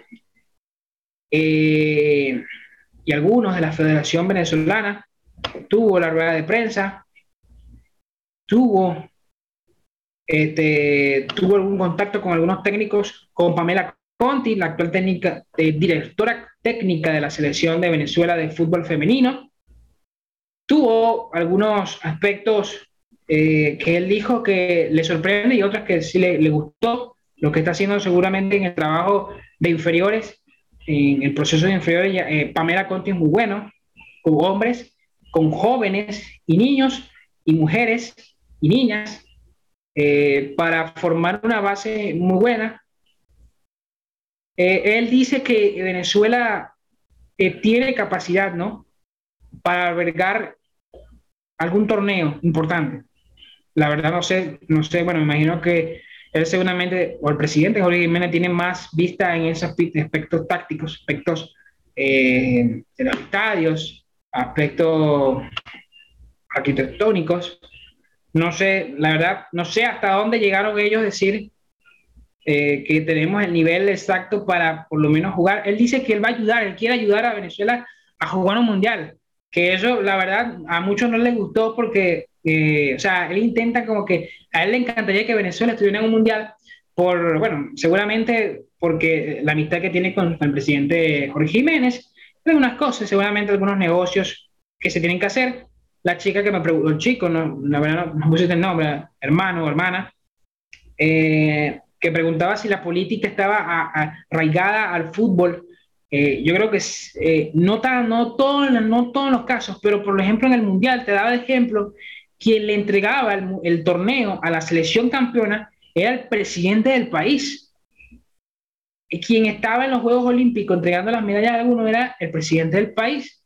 eh, y algunos de la Federación Venezolana, tuvo la rueda de prensa, tuvo, este, tuvo algún contacto con algunos técnicos, con Pamela Conti, la actual técnica, eh, directora técnica de la selección de Venezuela de fútbol femenino. Tuvo algunos aspectos eh, que él dijo que le sorprende y otros que sí le, le gustó, lo que está haciendo seguramente en el trabajo de inferiores, en el proceso de inferiores. eh, Pamela Conti es muy bueno, con hombres, con jóvenes y niños y mujeres y niñas, eh, para formar una base muy buena. Eh, él dice que Venezuela eh, tiene capacidad, ¿no?, para albergar algún torneo importante. La verdad no sé, no sé, bueno, me imagino que él seguramente, o el presidente Jorge Jiménez, tiene más vista en esos aspectos tácticos, aspectos eh, de los estadios, aspectos arquitectónicos. No sé, la verdad, no sé hasta dónde llegaron ellos a decir eh, que tenemos el nivel exacto para por lo menos jugar. Él dice que él va a ayudar, él quiere ayudar a Venezuela a jugar un mundial, que eso, la verdad, a muchos no les gustó porque Eh, o sea, él intenta como que a él le encantaría que Venezuela estuviera en un mundial por, bueno, seguramente porque la amistad que tiene con, con el presidente Jorge Jiménez, algunas cosas, seguramente algunos negocios que se tienen que hacer. La chica que me preguntó, el chico, no, la verdad no, no pusiste el nombre, hermano o hermana, eh, que preguntaba si la política estaba a- a- arraigada al fútbol. Eh, yo creo que eh, no, tan, no, todo, no todos los casos, pero por ejemplo en el Mundial te daba de ejemplo, quien le entregaba el, el torneo a la selección campeona era el presidente del país. Y quien estaba en los Juegos Olímpicos entregando las medallas a alguno era el presidente del país.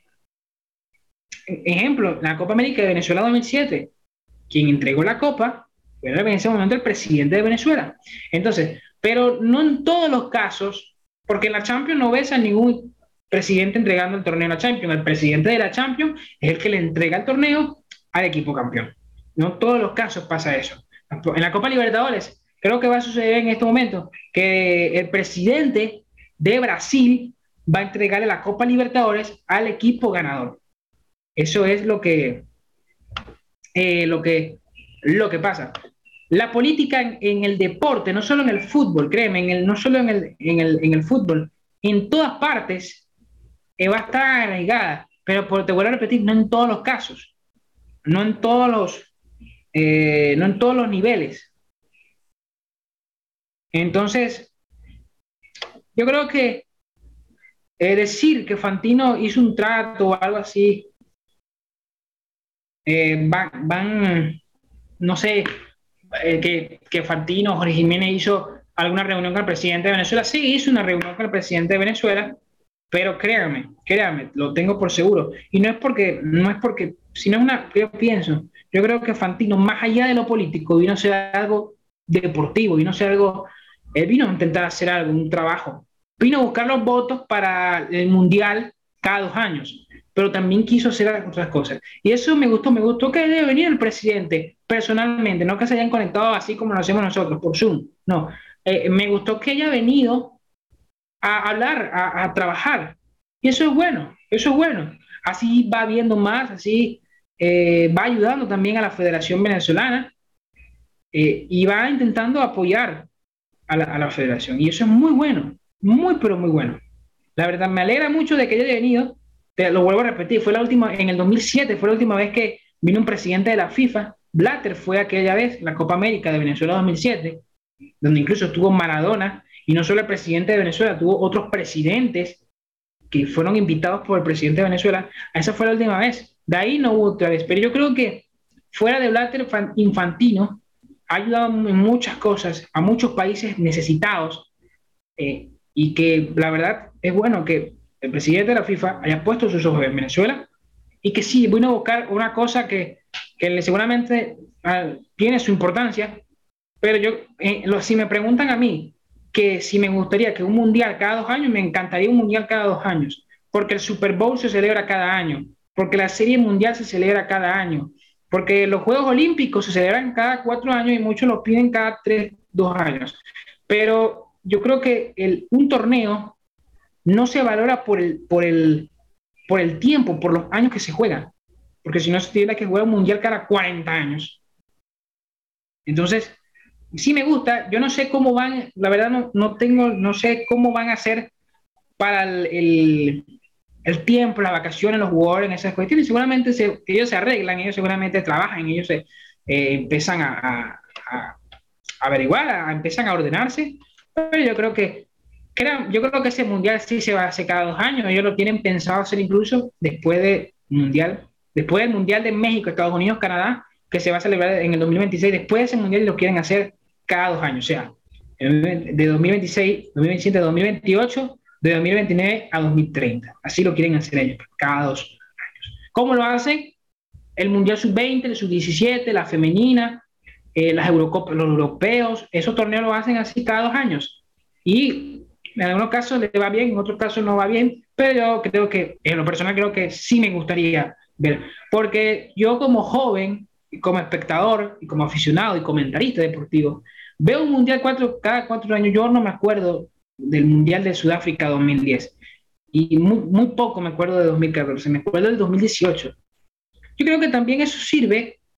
Ejemplo, la Copa América de Venezuela dos mil siete, quien entregó la copa era en ese momento el presidente de Venezuela. Entonces, pero no en todos los casos, porque en la Champions no ves a ningún presidente entregando el torneo a la Champions. El presidente de la Champions es el que le entrega el torneo al equipo campeón. No en todos los casos pasa eso. En la Copa Libertadores, creo que va a suceder en este momento que el presidente de Brasil va a entregarle la Copa Libertadores al equipo ganador. Eso es lo que, eh, lo que, lo que pasa. La política en, en, el deporte, no solo en el fútbol, créeme, en el, no solo en el, en, el, en el fútbol, en todas partes eh, va a estar arraigada, pero por, te vuelvo a repetir, no en todos los casos, no en todos los, eh, no en todos los niveles. Entonces, yo creo que eh, decir que Fantino hizo un trato o algo así, eh, van, van, no sé, eh, que, que Fantino, Jorge Jiménez hizo alguna reunión con el presidente de Venezuela. Sí, hizo una reunión con el presidente de Venezuela, pero créanme, créanme, lo tengo por seguro. Y no es porque, no es porque, sino es una, yo pienso, yo creo que Fantino, más allá de lo político, vino a ser algo deportivo, vino a ser algo, él vino a intentar hacer algo, un trabajo. Vino a buscar los votos para el Mundial cada dos años, pero también quiso hacer otras cosas. Y eso me gustó, me gustó que debe venir el presidente personalmente, no que se hayan conectado así como lo hacemos nosotros, por Zoom, no. Eh, me gustó que haya venido a hablar, a, a, trabajar. Y eso es bueno, eso es bueno. Así va viendo más, así eh, va ayudando también a la Federación Venezolana eh, y va intentando apoyar a la, a la Federación. Y eso es muy bueno, muy, pero muy bueno. La verdad, me alegra mucho de que haya venido. Te lo vuelvo a repetir, fue la última, en el dos mil siete fue la última vez que vino un presidente de la FIFA. Blatter fue aquella vez, la Copa América de Venezuela dos mil siete, donde incluso estuvo Maradona, y no solo el presidente de Venezuela, tuvo otros presidentes que fueron invitados por el presidente de Venezuela. Esa fue la última vez. De ahí no hubo otra vez. Pero yo creo que fuera de Blatter, Infantino ha ayudado en muchas cosas a muchos países necesitados eh, y que la verdad es bueno que el presidente de la FIFA haya puesto sus ojos en Venezuela y que sí, vino a buscar una cosa que, que seguramente uh, tiene su importancia, pero yo, eh, lo, si me preguntan a mí que si me gustaría que un mundial cada dos años, me encantaría un mundial cada dos años, porque el Super Bowl se celebra cada año, porque la Serie Mundial se celebra cada año, porque los Juegos Olímpicos se celebran cada cuatro años y muchos los piden cada tres, dos años. Pero yo creo que el, un torneo no se valora por el, por, el, por el tiempo, por los años que se juegan, porque si no se tiene que jugar un mundial cada cuarenta años. Entonces, sí me gusta, yo no sé cómo van, la verdad no, no tengo, no sé cómo van a hacer para el, el, el tiempo, las vacaciones, los jugadores en esas cuestiones. Seguramente se, ellos se arreglan, ellos seguramente trabajan, ellos se, eh, empiezan a, a, a averiguar, a, empiezan a ordenarse, pero yo creo que creo, yo creo que ese mundial sí se va a hacer cada dos años, ellos lo tienen pensado hacer incluso después del mundial, después del mundial de México, Estados Unidos, Canadá, que se va a celebrar en el dos mil veintiséis, después de ese mundial lo quieren hacer cada dos años, o sea, de dos mil veintiséis, dos mil veintisiete a dos mil veintiocho, de dos mil veintinueve a dos mil treinta. Así lo quieren hacer ellos, cada dos años. ¿Cómo lo hacen? El Mundial sub veinte, el sub diecisiete, la femenina, eh, las Eurocopas, los europeos, esos torneos lo hacen así cada dos años. Y en algunos casos le va bien, en otros casos no va bien, pero yo creo que, en lo personal, creo que sí me gustaría ver. Porque yo como joven, como espectador, y como aficionado y comentarista deportivo, veo un Mundial cuatro, cada cuatro años. Yo no me acuerdo del Mundial de Sudáfrica dos mil diez. Y muy, muy poco me acuerdo de dos mil catorce. Me acuerdo del dos mil dieciocho. Yo creo que también eso sirve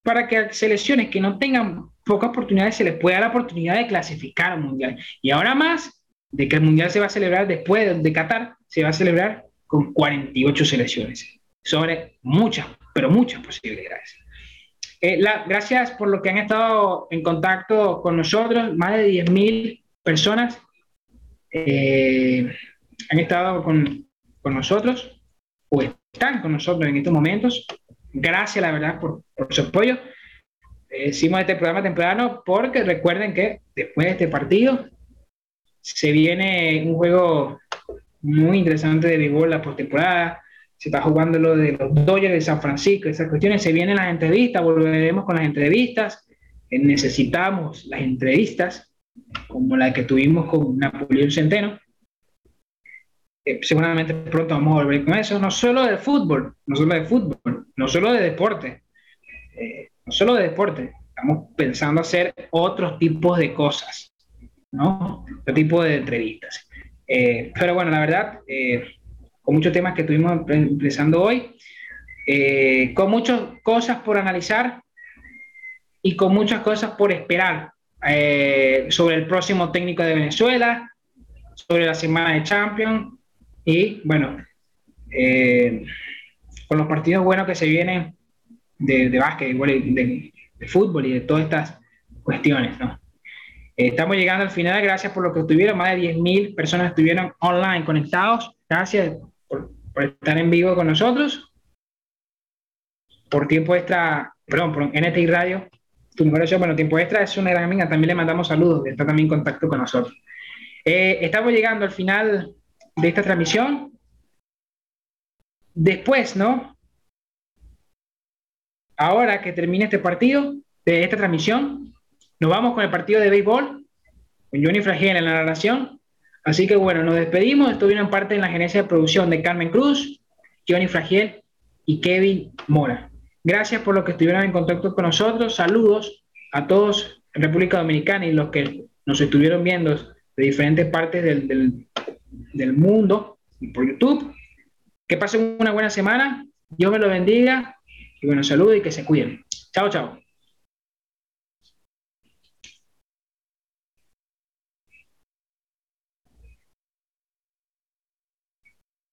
para que a selecciones que no tengan pocas oportunidades se les pueda dar la oportunidad de clasificar al Mundial. Y ahora más, de que el Mundial se va a celebrar después de Qatar, se va a celebrar con cuarenta y ocho selecciones, sobre muchas, pero muchas posibilidades. Eh, la, gracias por lo que han estado en contacto con nosotros, más de diez mil personas eh, han estado con, con nosotros, o están con nosotros en estos momentos. Gracias, la verdad, por, por su apoyo. Eh, hicimos este programa temprano porque recuerden que después de este partido se viene un juego muy interesante de béisbol, la postemporada. Se está jugando lo de los Dodgers de San Francisco, esas cuestiones. Se vienen las entrevistas, volveremos con las entrevistas. Eh, necesitamos las entrevistas, como la que tuvimos con Napoleón Centeno. Eh, seguramente pronto vamos a volver con eso. No solo de fútbol, no solo de fútbol, no solo de deporte. Eh, no solo de deporte, estamos pensando hacer otros tipos de cosas, ¿no? Otro tipo de entrevistas. Eh, pero bueno, la verdad, eh, con muchos temas que estuvimos empezando hoy, eh, con muchas cosas por analizar y con muchas cosas por esperar eh, sobre el próximo técnico de Venezuela, sobre la semana de Champions y bueno, eh, con los partidos buenos que se vienen de, de básquet, de, de fútbol y de todas estas cuestiones, ¿no? Eh, estamos llegando al final, gracias por lo que estuvieron, más de diez mil personas estuvieron online conectados, gracias por, por estar en vivo con nosotros, por tiempo extra, perdón, por N T I Radio, tu mejor opción, bueno, tiempo extra es una gran amiga, también le mandamos saludos, está también en contacto con nosotros. Eh, estamos llegando al final de esta transmisión, después, ¿no? Ahora que termine este partido, de esta transmisión, nos vamos con el partido de béisbol, con Johnny Fragiel en la narración. Así que bueno, nos despedimos. Estuvieron parte en la gerencia de producción de Carmen Cruz, Johnny Fragiel y Kevin Mora. Gracias por los que estuvieron en contacto con nosotros. Saludos a todos en República Dominicana y los que nos estuvieron viendo de diferentes partes del, del, del mundo y por YouTube. Que pasen una buena semana. Dios me lo bendiga. Y bueno, saludos y que se cuiden. Chao, chao.